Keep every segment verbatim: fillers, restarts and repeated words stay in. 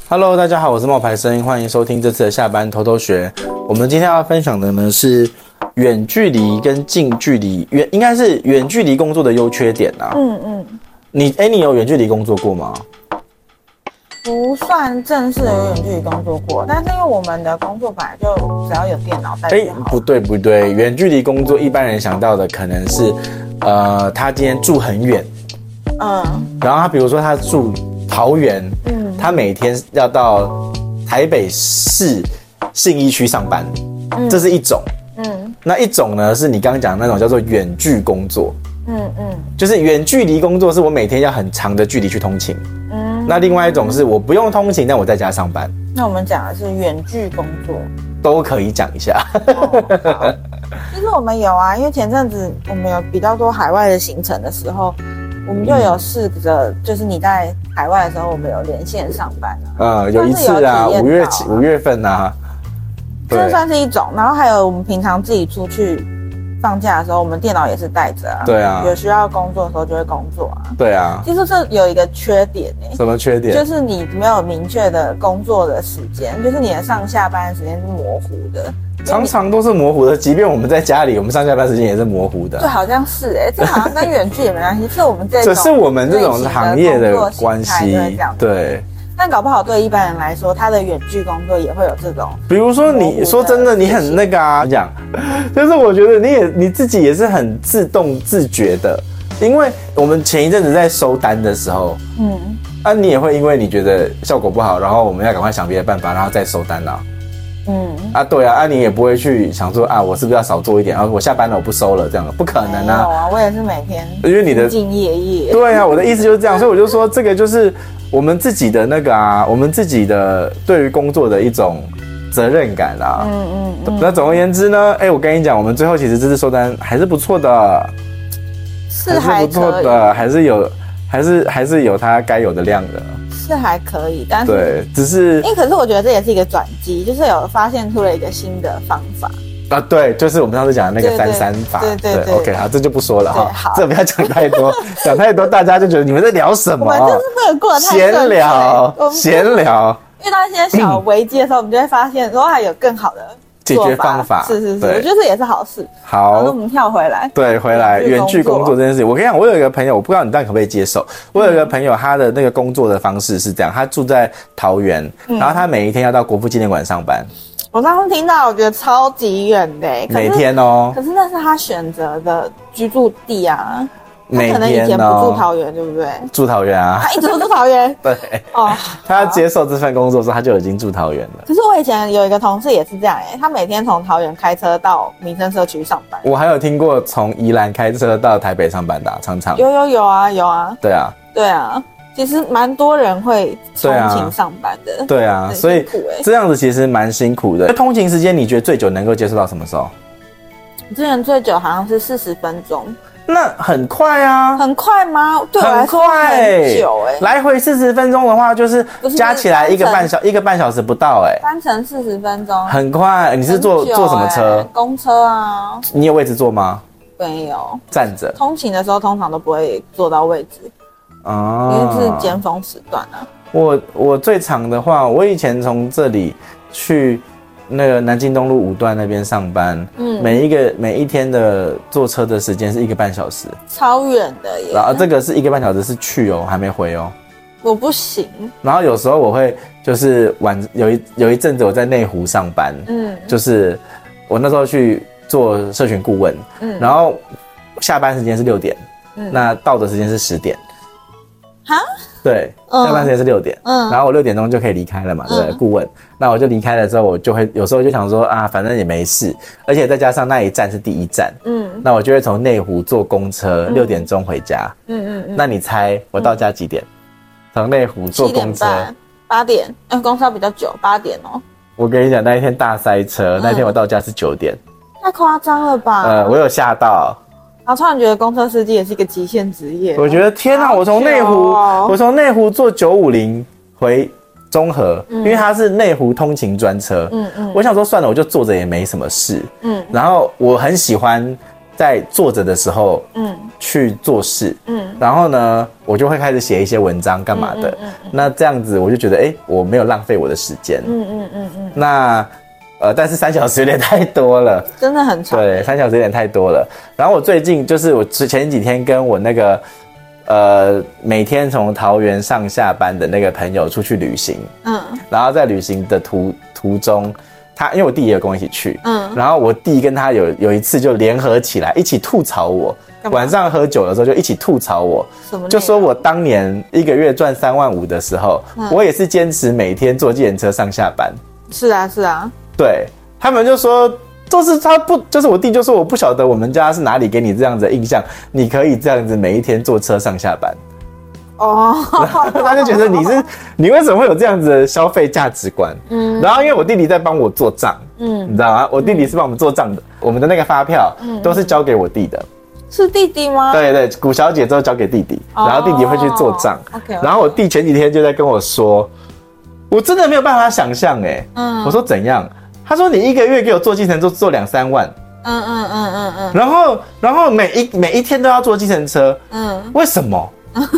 Hello， 大家好，我是冒牌生，欢迎收听这次的下班偷偷学。我们今天要分享的呢是远距离跟近距离，远应该是远距离工作的优缺点啊。嗯嗯。你哎、欸，你有远距离工作过吗？ 不算正式的有远距离工作过，但是因为我们的工作本来就只要有电脑带就好。哎、欸， 不对不对，远距离工作一般人想到的可能是，呃，他今天住很远，嗯，然后他比如说他住桃园，嗯，他每天要到台北市信义区上班，嗯，这是一种，嗯，那一种呢是你刚刚讲的那种叫做远距工作，嗯嗯，就是远距离工作是我每天要很长的距离去通勤。那另外一种是我不用通勤，但我在家上班。 那我们讲的是远距工作， 都可以讲一下。 哦、好，其实我们有啊，因为前阵子我们有比较多海外的行程的时候，我们就有试着，就是你在海外的时候，我们有连线上班啊。 嗯，有一次啊，五月五月份啊， 这算是一种。然后还有我们平常自己出去放假的时候，我们电脑也是带着啊。 对啊， 有需要工作的时候就会工作啊。 对啊。 其实这有一个缺点诶、欸。 什么缺点？ 就是你没有明确的工作的时间，就是你的上下班的时间是模糊的。 常常都是模糊的，即便我们在家里，我们上下班时间也是模糊的。 对，好像是诶、欸，这好像跟远距也没关系，是我们这种只是我们这种行业的关系。对。 但搞不好对一般人来说，他的远距工作也会有这种。 比如说你说真的，你很那个啊，讲，就是我觉得你也你自己也是很自动自觉的，因为我们前一阵子在收单的时候，嗯，啊，你也会因为你觉得效果不好，然后我们要赶快想别的办法，然后再收单啊。嗯，啊，对啊，啊，你也不会去想说啊，我是不是要少做一点啊？我下班了，我不收了，这样不可能啊。 没有啊，我也是每天， 因为你的兢兢业业。 对啊，我的意思就是这样，所以我就说这个就是我们自己的那个啊，我们自己的对于工作的一种责任感啊。嗯嗯嗯。那总而言之呢，哎、欸，我跟你讲，我们最后其实这次收单还是不错的， 是还不错的，还是有，还是还是有它该有的量的。 是还可以，但是对，只是因为可是我觉得这也是一个转机，就是有发现出了一个新的方法啊，对，就是我们上次讲的那个三三法， 对对 对, 对, 对 ，OK， 好，这就不说了哈，这不要讲太多，讲太多大家就觉得你们在聊什么？ 我们就是不能过得太闲聊，闲聊， 遇到一些小危机的时候，我们就会发现说还有更好的解决方法， 是是是，我觉得这也是好事。 好， 那我们跳回来， 对，回来远距工作这件事情，我跟你讲，我有一个朋友，我不知道你到底可不可以接受。我有一个朋友，他的那个工作的方式是这样，他住在桃园，嗯、然后他每一天要到国父纪念馆上班。 我刚刚听到，我觉得超级远的， 每天哦。 可是那是他选择的居住地啊。 每天、哦、 他可能以前不住桃园，对不对？ 住桃园啊， 他一直都住桃园。 对，哦，他要接受这份工作的时候，他就已经住桃园了。 可是我以前有一个同事也是这样，哎，他每天从桃园开车到民生社区上班。 我还有听过从宜兰开车到台北上班的、啊，常常有有有啊有啊。 对啊， 对啊，其实蛮多人会通勤上班的。 对啊，所以这样子其实蛮辛苦的。通勤时间你觉得最久能够接受到什么时候？ 之前最久好像是四十分钟。 那很快啊， 很快吗？对我来说很久哎、欸， 来回四十分钟的话，就是加起来一个半小一个半小时不到哎、欸， 单程四十分钟， 很快。你是坐、欸、坐什么车？ 公车啊。 你有位置坐吗？ 没有， 站着。 通勤的时候通常都不会坐到位置，哦，因为是尖峰时段啊。 我我最长的话，我以前从这里去那个南京东路五段那边上班，嗯，每一个每一天的坐车的时间是一个半小时， 超远的耶。 然后这个是一个半小时是去哦，还没回哦。 我不行。 然后有时候我会就是晚有一有一阵子我在内湖上班，嗯，就是我那时候去做社群顾问，嗯，然后下班时间是六点，嗯，那到的时间是十点。哈？对，下班时间是六点，嗯，然后我六点钟就可以离开了嘛，对不对？顾问，那我就离开了之后，我就会有时候就想说啊，反正也没事，而且再加上那一站是第一站，嗯，那我就会从内湖坐公车，六点钟回家，嗯嗯嗯，那你猜我到家几点？从内湖坐公车， 八点，嗯，公车比较久，八点哦。 我跟你讲，那一天大塞车，那一天我到家是九点， 太夸张了吧？ 呃，我有吓到。 然后突然觉得公车司机也是一个极限职业。 我觉得天啊，我从内湖，哦、我从内湖坐九五零回中和，嗯、因为它是内湖通勤专车。嗯嗯。我想说算了，我就坐着也没什么事。嗯。然后我很喜欢在坐着的时候，嗯，去做事，嗯，然后呢，我就会开始写一些文章干嘛的，嗯嗯嗯、那这样子我就觉得，哎、欸，我没有浪费我的时间，嗯嗯嗯嗯。那呃，但是三小时有点太多了， 真的很长， 对，三小时有点太多了。然后我最近就是我前几天跟我那个呃每天从桃园上下班的那个朋友出去旅行，嗯，然后在旅行的途途中。他因为我弟也有跟我一起去，嗯，然后我弟跟他有有一次就联合起来一起吐槽我，晚上喝酒的时候就一起吐槽我，什么？就说我当年一个月赚三万五的时候，嗯、我也是坚持每天坐计程车上下班。 是啊，是啊， 对他们就说，就是他不，就是我弟就说我不晓得我们家是哪里给你这样子的印象，你可以这样子每一天坐车上下班。哦，他就觉得你是你为什么会有这样子的消费价值观？嗯，然后因为我弟弟在帮我做账，嗯，你知道吗？我弟弟是帮我们做账的，我们的那个发票都是交给我弟的。 是弟弟吗？ 对对，古小姐之后交给弟弟，然后弟弟会去做账。OK， 然后我弟前几天就在跟我说，我真的没有办法想象哎、欸，嗯，我说怎样？他说你一个月给我做计程车做两三万，嗯嗯嗯嗯嗯，然后然后每一每一天都要坐计程车，嗯，为什么？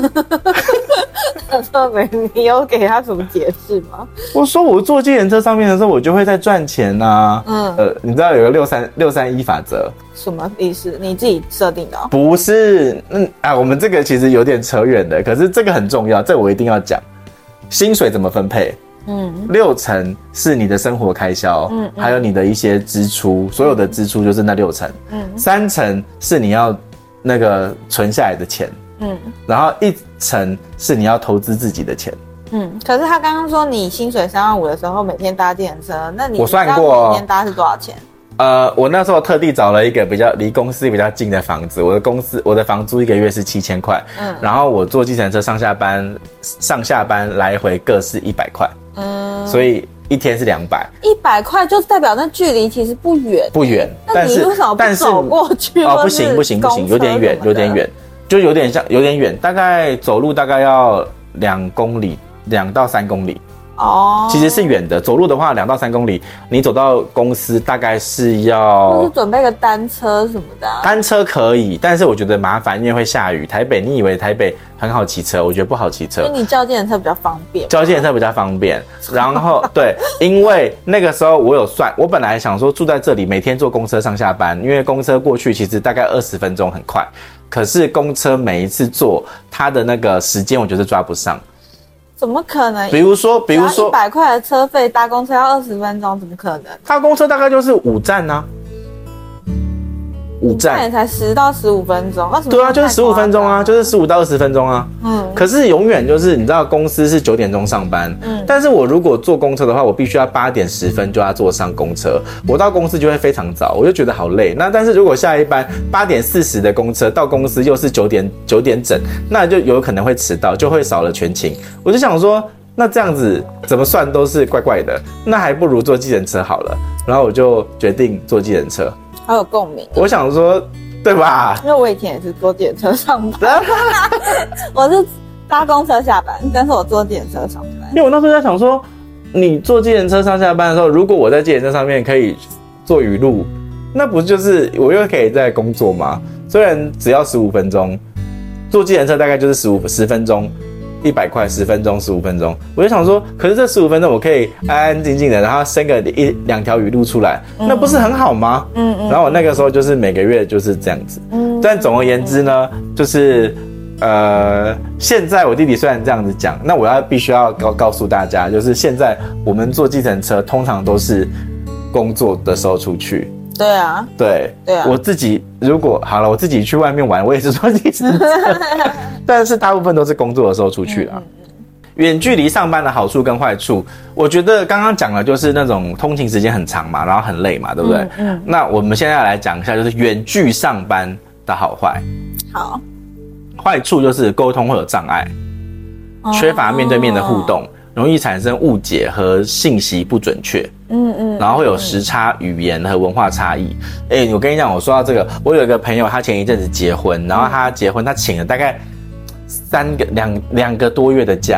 他说没，你有给他什么解释吗？ 我说我坐计程车上面的时候，我就会在赚钱啊。嗯，呃，你知道有个六三六三一法则， 什么意思？你自己设定的、哦？ 不是，嗯啊，我们这个其实有点扯远的，可是这个很重要，这个我一定要讲。薪水怎么分配？嗯，六成是你的生活开销，嗯，还有你的一些支出，所有的支出就是那六成。嗯，三成是你要那个存下来的钱。嗯，然后一层是你要投资自己的钱。 嗯，可是他刚刚说你薪水三万五的时候每天搭计程车，那你我算过每天搭是多少钱？ 呃，我那时候特地找了一个比较离公司比较近的房子，我的公司我的房租一个月是七千块，嗯，然后我坐计程车上下班上下班来回各是一百块，嗯，所以一天是两百， 一百块就代表那距离其实不远， 不远， 那你为什么不走过去？ 哦，不行不行不行，有点远有点远。就有点像，有点远，大概走路大概要两公里，两到三公里。哦，其实是远的。走路的话，两到三公里，你走到公司大概是要。 或是准备个单车什么的、啊。 单车可以，但是我觉得麻烦，因为会下雨。台北，你以为台北很好骑车，我觉得不好骑车。 因为你叫计程车比较方便。 叫计程车比较方便，然后对，因为那个时候我有算，我本来想说住在这里，每天坐公车上下班，因为公车过去其实大概二十分钟，很快。可是公车每一次坐，它的那个时间我觉得抓不上。 怎么可能？ 比如说，比如说一百块的车费搭公车要二十分钟，怎么可能？ 搭公车大概就是五站啊，五站也才十到十五分钟，二十对啊，就是十五分钟啊，就是十五到二十分钟啊。嗯，可是永远就是你知道，公司是九点钟上班，嗯，但是我如果坐公车的话，我必须要八点十分就要坐上公车，我到公司就会非常早，我就觉得好累。那但是如果下一班八点四十的公车到公司又是九点九点整，那就有可能会迟到，就会少了全勤。我就想说，那这样子怎么算都是怪怪的，那还不如坐计程车好了。然后我就决定坐计程车。 好有共鸣、哦。 我想说，对吧？ 因为我以前也是坐计程车上班，我是搭公车下班，但是我坐计程车上班。 因为我那时候在想说，你坐计程车上下班的时候，如果我在计程车上面可以做语录，那不就是我又可以在工作吗？虽然只要十五分钟，坐计程车大概就是十五十分钟。一百块十分钟十五分钟，我就想说，可是这十五分钟我可以安安静静的，然后生个一两条语录出来，嗯、那不是很好吗？嗯嗯。然后我那个时候就是每个月就是这样子。嗯。但总而言之呢，就是呃，现在我弟弟虽然这样子讲，那我要必须要告告诉大家，就是现在我们坐计程车通常都是工作的时候出去。 对啊， 对， 对啊， 我自己如果好了，我自己去外面玩，我也是坐计程车，但是大部分都是工作的时候出去啦。远、嗯嗯、距离上班的好处跟坏处，我觉得刚刚讲了，就是那种通勤时间很长嘛，然后很累嘛，对不对？嗯。嗯那我们现在来讲一下，就是远距上班的好坏。 好。 坏处就是沟通会有障碍，哦、缺乏面对面的互动。容易产生误解和信息不准确，嗯嗯，然后会有时差、语言和文化差异。哎、欸，我跟你讲，我说到这个，我有一个朋友，他前一阵子结婚，然后他结婚，他请了大概三个两两个多月的假，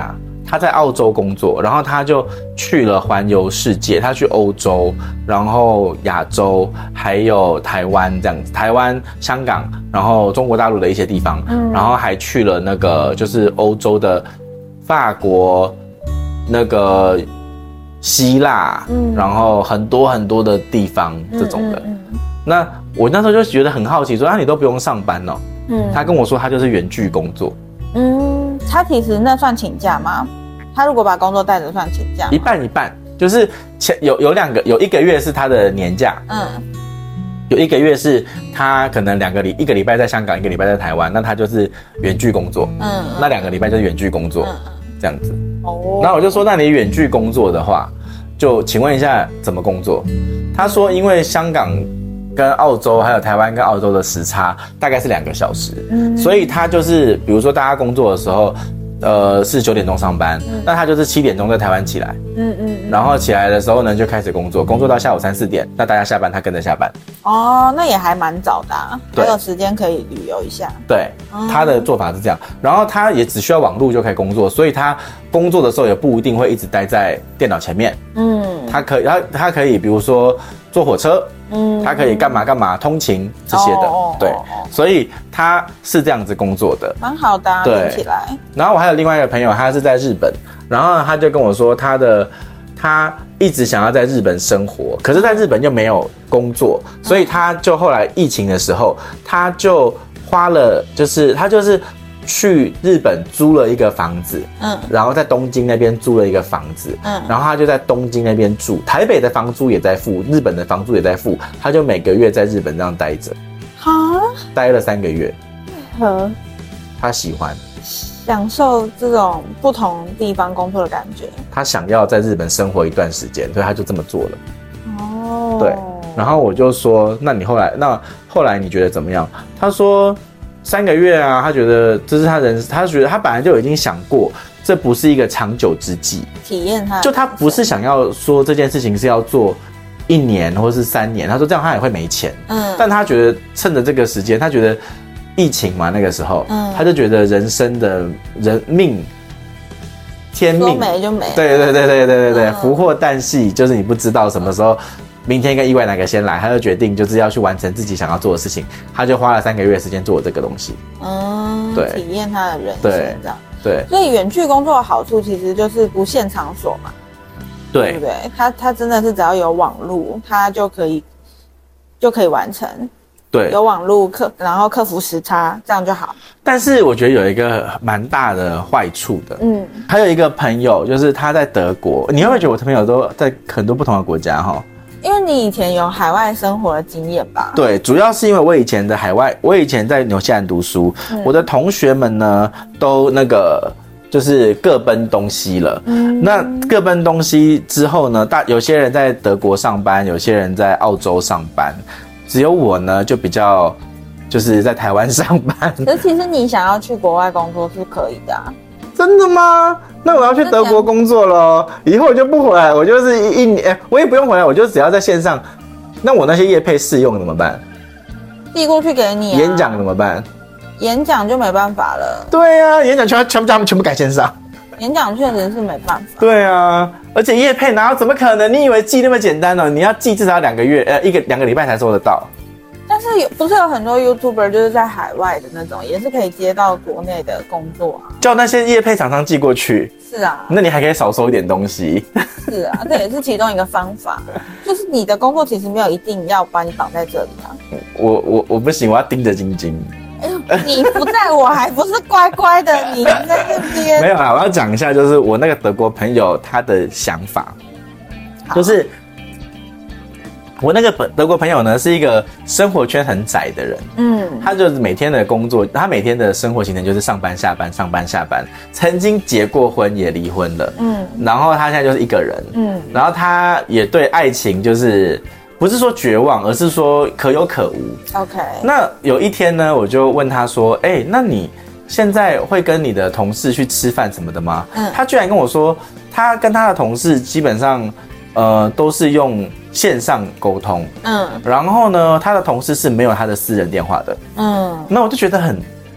他在澳洲工作，然后他就去了环游世界，他去欧洲，然后亚洲，还有台湾这样子，台湾、香港，然后中国大陆的一些地方，嗯，然后还去了那个就是欧洲的法国，那个希腊，嗯，然后很多很多的地方这种的。嗯嗯嗯，那我那时候就觉得很好奇，说啊，你都不用上班哦？嗯，他跟我说他就是远距工作。嗯， 他其实那算请假吗？他如果把工作带着算请假吗？ 一半一半，就是前有有两个，有一个月是他的年假，嗯，有一个月是他可能两个礼一个礼拜在香港，一个礼拜在台湾，那他就是远距工作，嗯，那两个礼拜就是远距工作，嗯，这样子。哦，那我就说，那你远距工作的话，就请问一下怎么工作？他说，因为香港跟澳洲还有台湾跟澳洲的时差大概是两个小时，嗯，所以他就是比如说大家工作的时候，呃是九点钟上班，嗯，那他就是七点钟在台湾起来，嗯嗯，然后起来的时候呢就开始工作，工作到下午三四点，那大家下班他跟着下班。 哦，那也还蛮早的啊，还有时间可以旅游一下。 对，他的做法是这样，然后他也只需要网路就可以工作，所以他工作的时候也不一定会一直待在电脑前面，嗯，他可以他他可以比如说坐火车。嗯，他可以干嘛干嘛通勤这些的，哦，对，哦，所以他是这样子工作的， 蛮好的，啊，对，听起来。 然后我还有另外一个朋友，他是在日本，然后他就跟我说，他的他一直想要在日本生活，可是在日本又没有工作，所以他就后来疫情的时候，他就花了，就是他就是。去日本租了一个房子，嗯，然后在东京那边租了一个房子，嗯，然后他就在东京那边住，台北的房租也在付，日本的房租也在付，他就每个月在日本这样待着，哈，待了三个月，为何？他喜欢， 享受这种不同地方工作的感觉， 他想要在日本生活一段时间，所以他就这么做了。哦，对，然后我就说，那你后来，那后来你觉得怎么样？他说。三个月啊，他觉得这是他人，他觉得他本来就已经想过，这不是一个长久之计。 体验他， 就他不是想要说这件事情是要做一年或是三年，他说这样他也会没钱。嗯，但他觉得趁着这个时间，他觉得疫情嘛那个时候，嗯，他就觉得人生的人命。天命，说没就没。 对对对对对对对，福祸旦夕，就是你不知道什么时候。明天跟意外哪个先来，他就决定就是要去完成自己想要做的事情，他就花了三个月的时间做这个东西。嗯，对， 体验他的人生这样。 对， 所以远距工作的好处其实就是不限场所嘛。 对， 对不对？他他真的是只要有网路，他就可以就可以完成。 对， 有网路克，然后克服时差，这样就好。 但是我觉得有一个蛮大的坏处的，嗯，还有一个朋友就是他在德国，你会不会觉得我的朋友都在很多不同的国家哈？ 因为你以前有海外生活的经验吧？ 对，主要是因为我以前的海外，我以前在纽西兰读书，嗯，我的同学们呢都那个就是各奔东西了。嗯，那各奔东西之后呢，大有些人在德国上班，有些人在澳洲上班，只有我呢就比较就是在台湾上班。 可是其实你想要去国外工作是可以的啊。 真的吗？那我要去德国工作咯，以后我就不回来，我就是一一年，我也不用回来，我就只要在线上。那我那些业配试用怎么办？ 递过去给你啊。 演讲怎么办？ 演讲就没办法了。 对啊，演讲全全部他们全部改线上。 演讲确实是没办法。 对啊，而且业配哪有怎么可能？你以为寄那么简单哦？你要寄至少两个月，呃，一个两个礼拜才收得到。 但是有不是有很多 YouTuber 就是在海外的那种，也是可以接到国内的工作啊。 叫那些业配厂商寄过去。 是啊。 那你还可以少收一点东西。 是啊，这也是其中一个方法。就是你的工作其实没有一定要把你绑在这里啊。 我我我不行，我要盯着晶晶。 你不在我还不是乖乖的，你在这边。 没有啦，我要讲一下，就是我那个德国朋友他的想法，就是。我那个德国朋友呢，是一个生活圈很窄的人，嗯，他就是每天的工作，他每天的生活行程就是上班下班上班下班，曾经结过婚也离婚了，嗯，然后他现在就是一个人，嗯，然后他也对爱情就是不是说绝望，而是说可有可无 ，OK。 那有一天呢，我就问他说，哎、欸，那你现在会跟你的同事去吃饭什么的吗？嗯，他居然跟我说，他跟他的同事基本上，呃，都是用线上沟通，嗯，然后呢，他的同事是没有他的私人电话的，嗯，那我就觉得很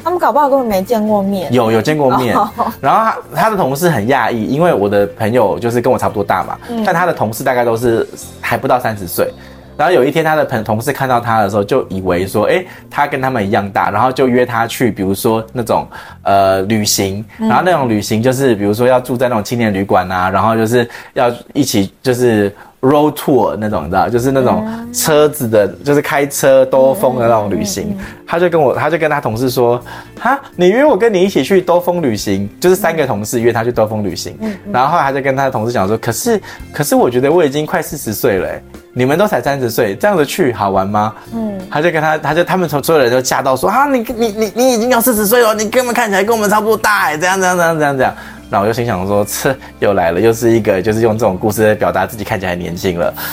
他们搞不好根本没见过面。 有有见过面，哦、然后他他的同事很讶异，因为我的朋友就是跟我差不多大嘛，嗯、但他的同事大概都是还不到三十岁。然后有一天，他的朋同事看到他的时候，就以为说，哎，他跟他们一样大，然后就约他去，比如说那种呃旅行，然后那种旅行就是比如说要住在那种青年旅馆啊，然后就是要一起就是。road tour 那种，你知道，就是那种车子的，嗯、就是开车兜风的那种旅行。嗯嗯嗯、他就跟我，他就跟他同事说：“哈，你约我跟你一起去兜风旅行，就是三个同事约他去兜风旅行。嗯”嗯、然后后来他就跟他的同事讲说：“可是，可是我觉得我已经快四十岁了，你们都才三十岁，这样子去好玩吗？”嗯，他就跟他，他就他们所有人都吓到说：“啊，你你你你已经要四十岁了，你根本看起来跟我们差不多大哎，这样这样这样这样这样。”然后我就心想说，这又来了，又是一个就是用这种故事来表达自己看起来年轻了。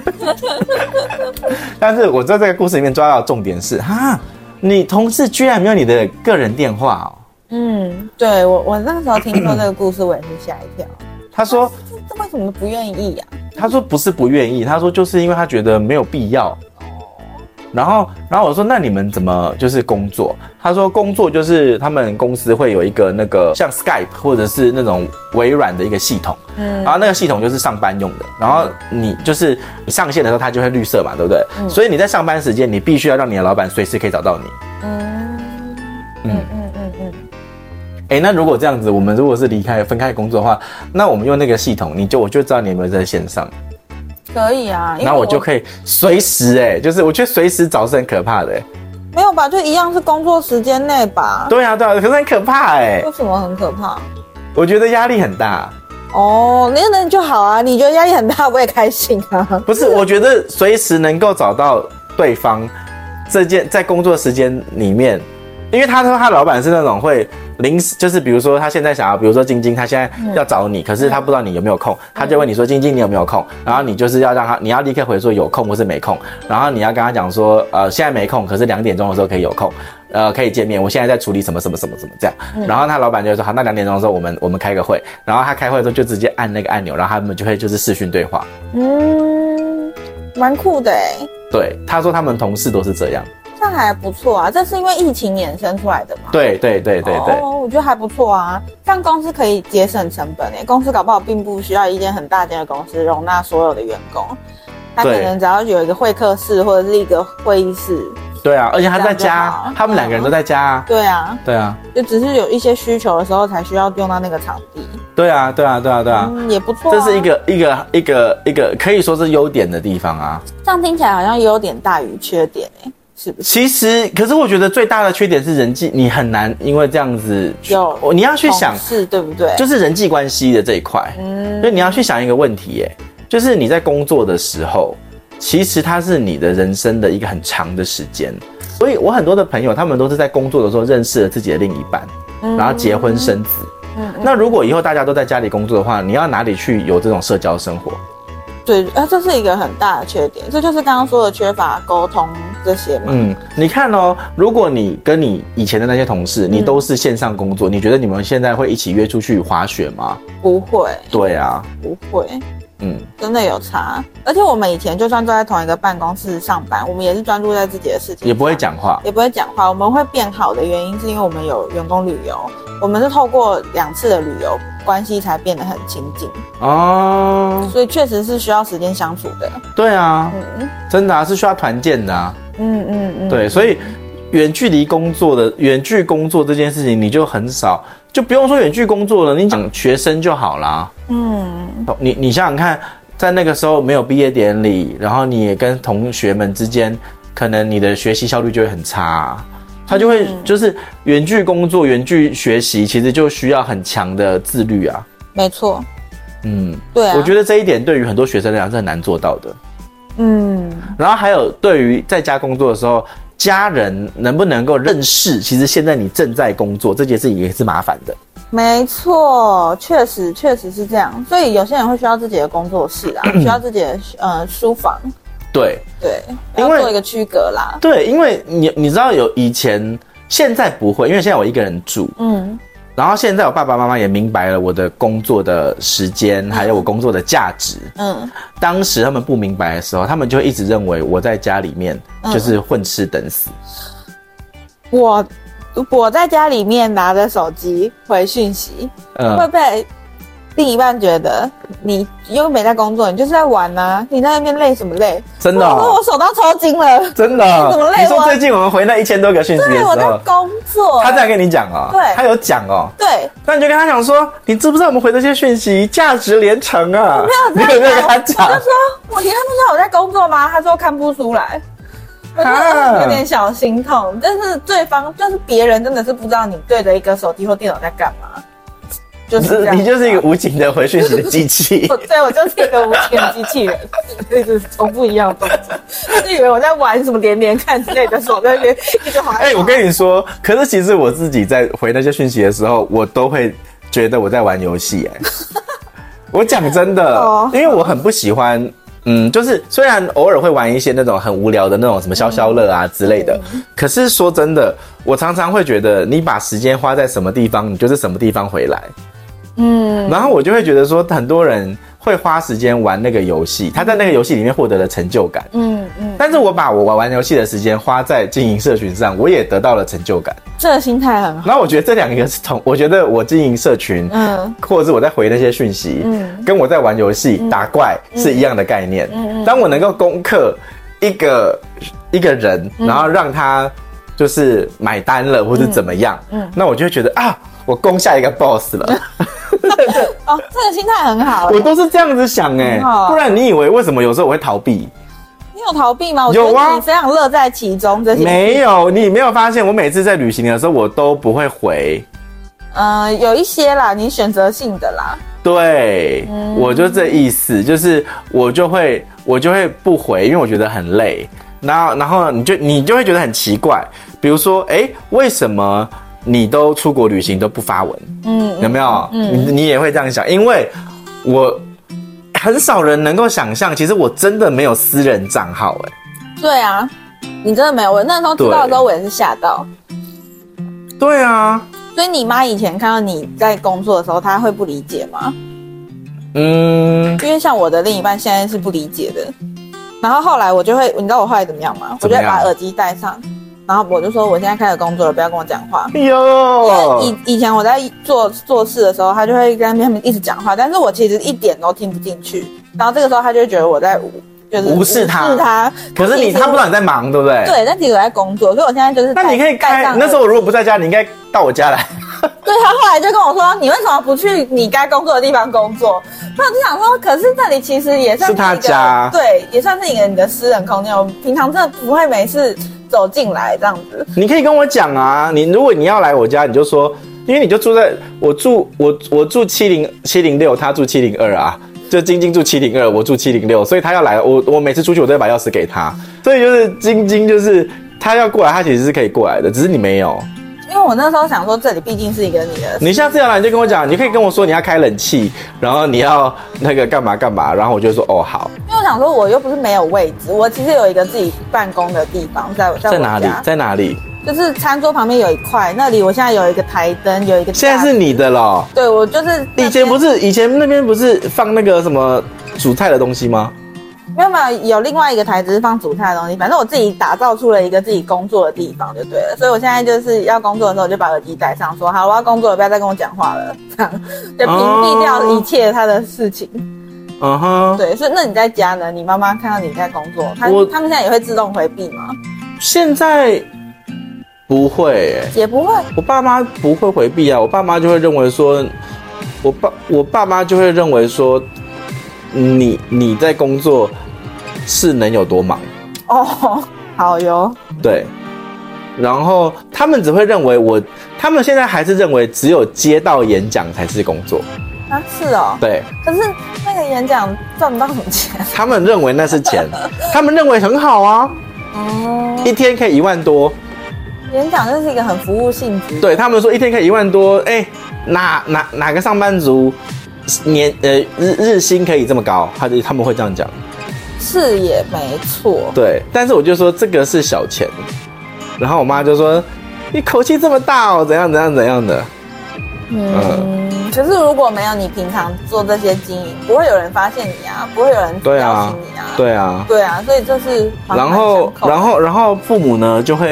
但是我在这个故事里面抓到的重点是，哈，你同事居然没有你的个人电话哦。嗯， 对我我那时候听说这个故事，我也是吓一跳。 他说， 这为什么不愿意呀、 啊？他说不是不愿意，他说就是因为他觉得没有必要。然后，然后我说，那你们怎么就是工作？他说工作就是他们公司会有一个那个像 Skype 或者是那种微软的一个系统，嗯，然后那个系统就是上班用的。然后你就是你上线的时候，它就会绿色嘛，对不对？嗯、所以你在上班时间，你必须要让你的老板随时可以找到你。嗯嗯嗯嗯嗯。哎、欸，那如果这样子，我们如果是离开分开工作的话，那我们用那个系统，你就我就知道你有没有在线上。 可以啊， 然后我就可以随时哎、欸，就是我觉得随时找是很可怕的哎、欸。 没有吧，就一样是工作时间内吧。 对啊对啊，可是很可怕哎、欸。 为什么很可怕？ 我觉得压力很大。 哦，那那就好啊，你觉得压力很大，我也开心啊。 不是，我觉得随时能够找到对方，这件在工作时间里面，因为他说他老板是那种会。临时就是比如说他现在想要，比如说晶晶他现在要找你，嗯、可是他不知道你有没有空，嗯、他就问你说晶晶你有没有空，然后你就是要让他，你要立刻回说有空或是没空，然后你要跟他讲说，呃现在没空，可是两点钟的时候可以有空，呃可以见面，我现在在处理什么什么什么什么这样，嗯、然后他老板就会说好，那两点钟的时候我们我们开个会，然后他开会的时候就直接按那个按钮，然后他们就会就是视讯对话， 嗯，蛮酷的哎， 对，他说他们同事都是这样。 这还不错啊，这是因为疫情衍生出来的嘛？ 对对对对对， 哦，我觉得还不错啊，这样公司可以节省成本诶，公司搞不好并不需要一间很大间的公司容纳所有的员工，他可能只要有一个会客室或者是一个会议室。 对啊，而且他在家，他们两个人都在家啊。 对啊， 对啊， 就只是有一些需求的时候才需要用到那个场地。 对啊，对啊，对啊，对啊， 嗯，也不错、啊。 这是一个一个一个一个可以说是优点的地方啊。 这样听起来好像优点大于缺点诶。是不是？ 其实，可是我觉得最大的缺点是人际，你很难因为这样子有， 你要去想， 是对不对？ 就是人际关系的这一块，嗯，所以你要去想一个问题，耶，就是你在工作的时候，其实它是你的人生的一个很长的时间。所以我很多的朋友，他们都是在工作的时候认识了自己的另一半，嗯、然后结婚生子。嗯嗯、那如果以后大家都在家里工作的话，你要哪里去有这种社交生活？ 对，啊，这是一个很大的缺点，这就是刚刚说的缺乏沟通这些嘛。嗯， 你看哦，如果你跟你以前的那些同事，你都是线上工作，嗯、你觉得你们现在会一起约出去滑雪吗？ 不会。 对啊， 不会。嗯，真的有差。而且我们以前就算坐在同一个办公室上班，我们也是专注在自己的事情， 也不会讲话， 也不会讲话。我们会变好的原因是因为我们有员工旅游，我们是透过两次的旅游，关系才变得很亲近哦。所以确实是需要时间相处的。 对啊，嗯，真的啊，是需要团建的啊。嗯嗯嗯，对，所以远距离工作的远距工作这件事情，你就很少。就不用说远距工作了，你讲学生就好啦。嗯，你你想想看，在那个时候没有毕业典礼，然后你也跟同学们之间，可能你的学习效率就会很差啊。他就会就是远距工作、远距学习，其实就需要很强的自律啊。 没错。 嗯，对啊。我觉得这一点对于很多学生来讲是很难做到的。嗯。然后还有对于在家工作的时候。家人能不能够认识？其实现在你正在工作这件事情也是麻烦的。 没错，确实确实是这样。所以有些人会需要自己的工作室啊，需要自己的呃书房。 对对，要做一个区隔啦。 对，因为你你知道有以前，现在不会，因为现在我一个人住。嗯。然后现在我爸爸妈妈也明白了我的工作的时间，还有我工作的价值。嗯，当时他们不明白的时候，他们就会一直认为我在家里面就是混吃等死。 我我在家里面拿着手机回讯息，嗯、会被另一半觉得你又没在工作，你就是在玩啊，你在那边累什么累？ 真的、哦， 我说我手到抽筋了， 真的。 你怎么累？ 你说最近我们回那一千多个讯息的时候， 对，我在工作。 他这样跟你讲哦， 对， 他有讲哦， 对。 那你就跟他讲说，你知不知道我们回这些讯息价值连城啊？ 我没有这样， 你有没有跟他讲？ 我就说，我你看不出来我在工作吗？他说看不出来。我就有点小心痛，但是对方就是别人真的是不知道你对着一个手机或电脑在干嘛，就是这样。 你就是一个无情的回讯息的机器。 对，我就是一个无情的机器人，一直重复一样的动作。他就以为我在玩什么连连看之类的，手在那边一直滑。 哎、欸，我跟你说，可是其实我自己在回那些讯息的时候，我都会觉得我在玩游戏。哎，我讲真的，哦、因为我很不喜欢。嗯，就是虽然偶尔会玩一些那种很无聊的那种什么消消乐啊之类的，嗯、可是说真的，我常常会觉得你把时间花在什么地方，你就是什么地方回来。嗯，然后我就会觉得说，很多人会花时间玩那个游戏，他在那个游戏里面获得了成就感。嗯嗯，但是我把我玩游戏的时间花在经营社群上，我也得到了成就感。 这个心态很好。 然后我觉得这两个是同，我觉得我经营社群，嗯，或者是我在回那些讯息，嗯，跟我在玩游戏、嗯、打怪是一样的概念。嗯嗯，当我能够攻克一个一个人，然后让他就是买单了，或是怎么样，嗯，嗯那我就会觉得啊，我攻下一个 boss 了。 哦，这个心态很好。 我都是这样子想哎、欸，不然你以为为什么有时候我会逃避？ 你有逃避吗？我觉得你非常乐在其中。这些没有，你没有发现我每次在旅行的时候我都不会回。 呃，有一些啦，你选择性的啦。 对，嗯、我就这意思，就是我就会我就会不回，因为我觉得很累。然后然后你就你就会觉得很奇怪，比如说，哎、欸，为什么？你都出国旅行都不发文，嗯，有没有？嗯，你你也会这样想，因为我很少人能够想象，其实我真的没有私人账号、欸，哎， 对啊，你真的没有。我那时候知道的时候，我也是吓到。 对啊， 所以你妈以前看到你在工作的时候，她会不理解吗？ 嗯， 因为像我的另一半现在是不理解的，然后后来我就会，你知道我后来怎么样吗？我就会把耳机戴上。然后我就说我现在开始工作了，不要跟我讲话。 哟， 以以前我在做做事的时候，他就会跟他们一直讲话，但是我其实一点都听不进去。然后这个时候他就会觉得我在就是无视他，无视他。可是你他不知道你在忙，对不对？ 对，但其实我在工作，所以我现在就是。 那你可以开。那时候我如果不在家，你应该到我家来。 对，他后来就跟我说：“你为什么不去你该工作的地方工作？”那我就想说，可是这里其实也算是一个， 是他家， 对，也算是一个你的私人空间。我平常真的不会没事走进来这样子。 你可以跟我讲啊，你如果你要来我家，你就说，因为你就住在我住我我住七零七零六，他住七零二啊，就晶晶住七零二，我住七零六，所以他要来，我我每次出去我都会把钥匙给他，所以就是晶晶就是他要过来，他其实是可以过来的，只是你没有。 因为我那时候想说，这里毕竟是一个你的， 你下次要来你就跟我讲，你可以跟我说你要开冷气，然后你要那个干嘛干嘛，然后我就说哦好。 因为我想说，我又不是没有位置，我其实有一个自己办公的地方，在在我家。 在哪里？在哪里？ 就是餐桌旁边有一块，那里我现在有一个台灯，有一个。 现在是你的了。 对，我就是。 以前不是，以前那边不是放那个什么煮菜的东西吗？ 没有没有，有另外一个台子是放煮菜的东西，反正我自己打造出了一个自己工作的地方就对了，所以我现在就是要工作的时候，我就把耳机戴上，说好我要工作了，不要再跟我讲话了，这样就屏蔽掉一切他的事情。嗯哼，对，所以那你在家呢？你妈妈看到你在工作，他他们现在也会自动回避吗？ 现在不会、欸， 也不会。 我爸妈不会回避啊，我爸妈就会认为说，我爸我爸妈就会认为说，你你在工作。是能有多忙哦？好哟。 对，然后他们只会认为我，他们现在还是认为只有接到演讲才是工作啊？是哦。 对。 可是那个演讲赚不到什么钱。 他们认为那是钱，他们认为很好啊。哦。一天可以一万多。 演讲就是一个很服务性质。 对他们说一天可以一万多，哎、欸，哪哪哪个上班族年呃日日薪可以这么高？他就他们会这样讲。 是也没错， 对，但是我就说这个是小钱，然后我妈就说你口气这么大哦，怎样怎样怎样的。 嗯，嗯可是如果没有你平常做这些经营，不会有人发现你啊，不会有人邀请你啊， 对啊， 对啊，所以这是然后然后然后父母呢就会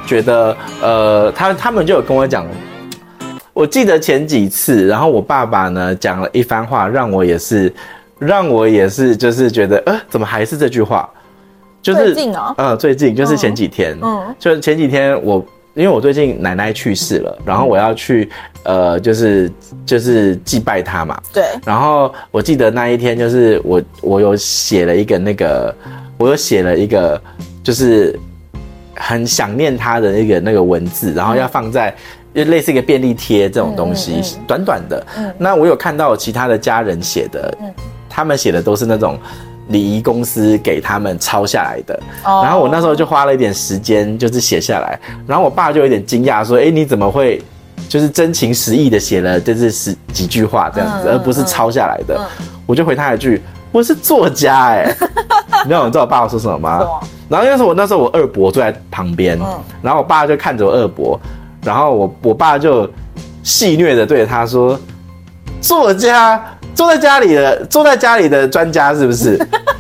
觉得，呃，他他们就有跟我讲，我记得前几次，然后我爸爸呢讲了一番话，让我也是，让我也是就是觉得，呃，怎么还是这句话？就是最近哦， 呃，最近就是前几天，嗯，嗯就是前几天我。因为我最近奶奶去世了，然后我要去，呃，就是就是祭拜她嘛。 对。 然后我记得那一天，就是我我有写了一个那个，我有写了一个，就是很想念她的那个那个文字，然后要放在就类似一个便利贴这种东西，嗯嗯嗯短短的。嗯。那我有看到其他的家人写的，嗯，他们写的都是那种。礼仪公司给他们抄下来的， oh. 然后我那时候就花了一点时间，就是写下来，然后我爸就有点惊讶，说：“哎，你怎么会就是真情实意的写了就是十几句话这样子，嗯、而不是抄下来的？”嗯、我就回他一句：“我是作家哎、欸。”你知道你知道我爸说什么吗？然后那时候我那时候我二伯坐在旁边，嗯、然后我爸就看着我二伯，然后我我爸就戏谑的对着他说：“作家。”坐在家里的坐在家里的专家是不是？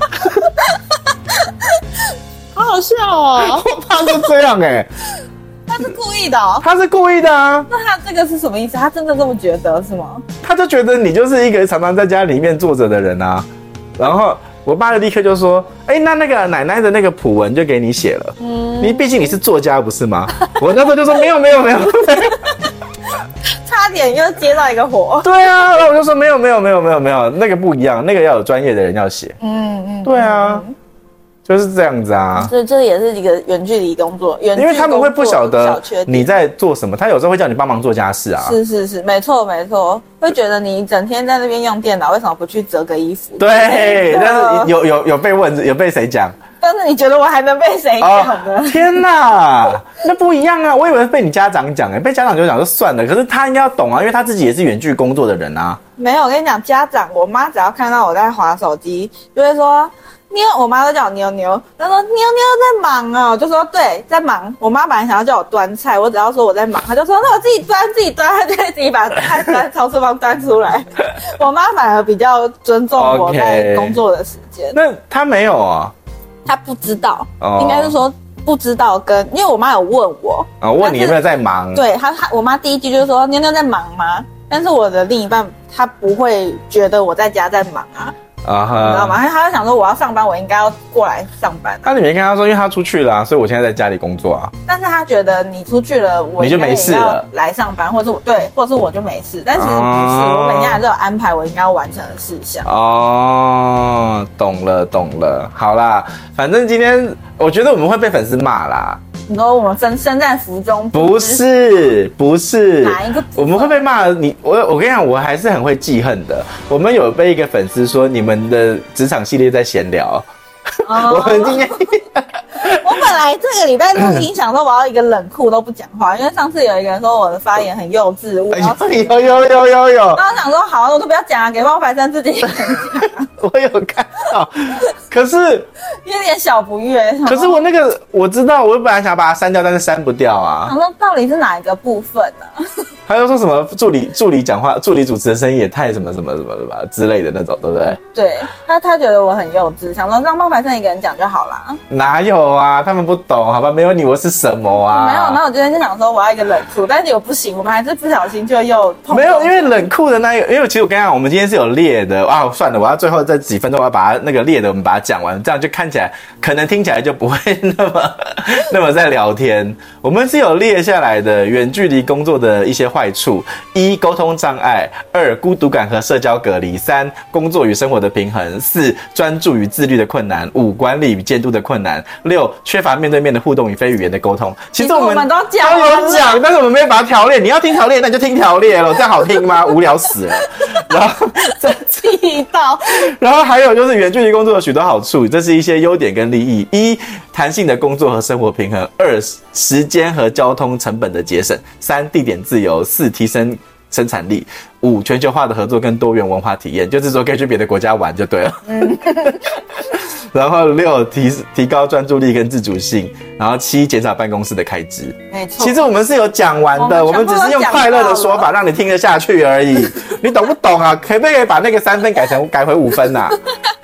好好笑哦！ 我爸是这样哎、欸， 他是故意的哦， 他是故意的啊。 那他这个是什么意思？他真的这么觉得是吗？ 他就觉得你就是一个常常在家里面坐着的人啊。然后我爸就立刻就说：“哎、欸，那那个奶奶的那个普文就给你写了，嗯，你毕竟你是作家不是吗？”我那时候就说：“没有没有没有。” 差点又接到一个火。 对啊，然后我就说没有没有没有没有没有，那个不一样，那个要有专业的人要写。嗯嗯，对啊，嗯、就是这样子啊。 所以这也是一个远距离工作，远距离工作因为他们会不晓得你在做什么，他有时候会叫你帮忙做家事啊。 是是是，没错没错，会觉得你整天在那边用电脑，为什么不去折个衣服？ 对，但是有有有被问，有被谁讲？ 但是你觉得我还能被谁讲呢？ 哦、天哪，那不一样啊！我以为被你家长讲，哎，被家长就讲就算了，可是他应该要懂啊，因为他自己也是远距工作的人啊。 没有，我跟你讲，家长，我妈只要看到我在滑手机，就会说妞，我妈都叫我妞妞，她说妞妞在忙哦，我就说对，在忙。我妈本来想要叫我端菜，我只要说我在忙，她就说那我自己端自己端，她就会自己把菜端从厨房端出来。我妈反而比较尊重我在工作的时间。 那她没有啊？ 他不知道，哦、应该是说不知道跟，因为我妈有问我， 啊、哦，问你有没有在忙？ 对他，他我妈第一句就是说妞妞在忙吗？但是我的另一半他不会觉得我在家在忙啊。啊哈，你知道吗？他就想说我要上班，我应该要过来上班、啊。 那你没跟他说，因为他出去了、啊，所以我现在在家里工作啊。 但是他觉得你出去了，我你就没事了， 来上班，或者是我对，或者是我就没事。但其实不是，哦、我每天还是有安排我应该要完成的事项。 哦，懂了懂了，好啦，反正今天我觉得我们会被粉丝骂啦。 你说我们身身在福中不，不是不是哪一个？ 我们会被骂你我我跟你讲，我还是很会记恨的。我们有被一个粉丝说你们的职场系列在闲聊，哦、我们今天我本来这个礼拜录音想说我要一个冷酷都不讲话，因为上次有一个人说我的发言很幼稚，无聊。 有有有有有。 然后想说好，我就不要讲了，给冒牌生自己讲。 我有看到，可是有点小不悦。 可是我那个我知道，我本来想把它删掉，但是删不掉啊。 想说到底是哪一个部分呢、啊？ 他就说什么助理助理讲话，助理主持的声音也太什么什么什么什么之类的那种，对不对？ 对他，他觉得我很幼稚，想说让冒牌生一个人讲就好啦。 哪有啊？他们不懂，好吧？没有你我是什么啊？ 没有，那我今天就想说我要一个冷酷，但是我不行，我们还是不小心就又碰。 没有，因为冷酷的那一个，因为其实我跟你讲，我们今天是有列的啊。算了，我要最后这几分钟我要把它那个列的我们把它讲完，这样就看起来可能听起来就不会那么那么在聊天。我们是有列下来的远距离工作的一些坏处：一、沟通障碍；二、孤独感和社交隔离；三、工作与生活的平衡；四、专注与自律的困难；五、管理与监督的困难；六、缺乏面对面的互动与非语言的沟通。其实我们, 我们都讲都有讲，但是我们没有把它条列。你要听条列，那你就听条列了，这样好听吗？无聊死了。然后再气到， 然后还有就是远距离工作有许多好处，这是一些优点跟利益：一、弹性的工作和生活平衡；二、时间和交通成本的节省；三、地点自由；四、提升生产力；五、全球化的合作跟多元文化体验，就是说可以去别的国家玩就对了。嗯然后六、提提高专注力跟自主性，然后七、减少办公室的开支。 没错， 其实我们是有讲完的，我 们, 我们只是用快乐的说法让你听得下去而已。你懂不懂啊？可不可以把那个三分改成改回五分啊？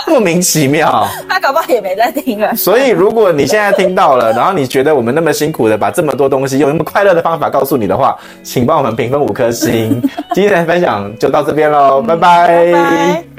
莫名其妙。 他搞不好也没在听了。 所以如果你现在听到了，然后你觉得我们那么辛苦的把这么多东西用那么快乐的方法告诉你的话，请帮我们评分五颗星。今天的分享就到这边咯，拜拜。 拜拜。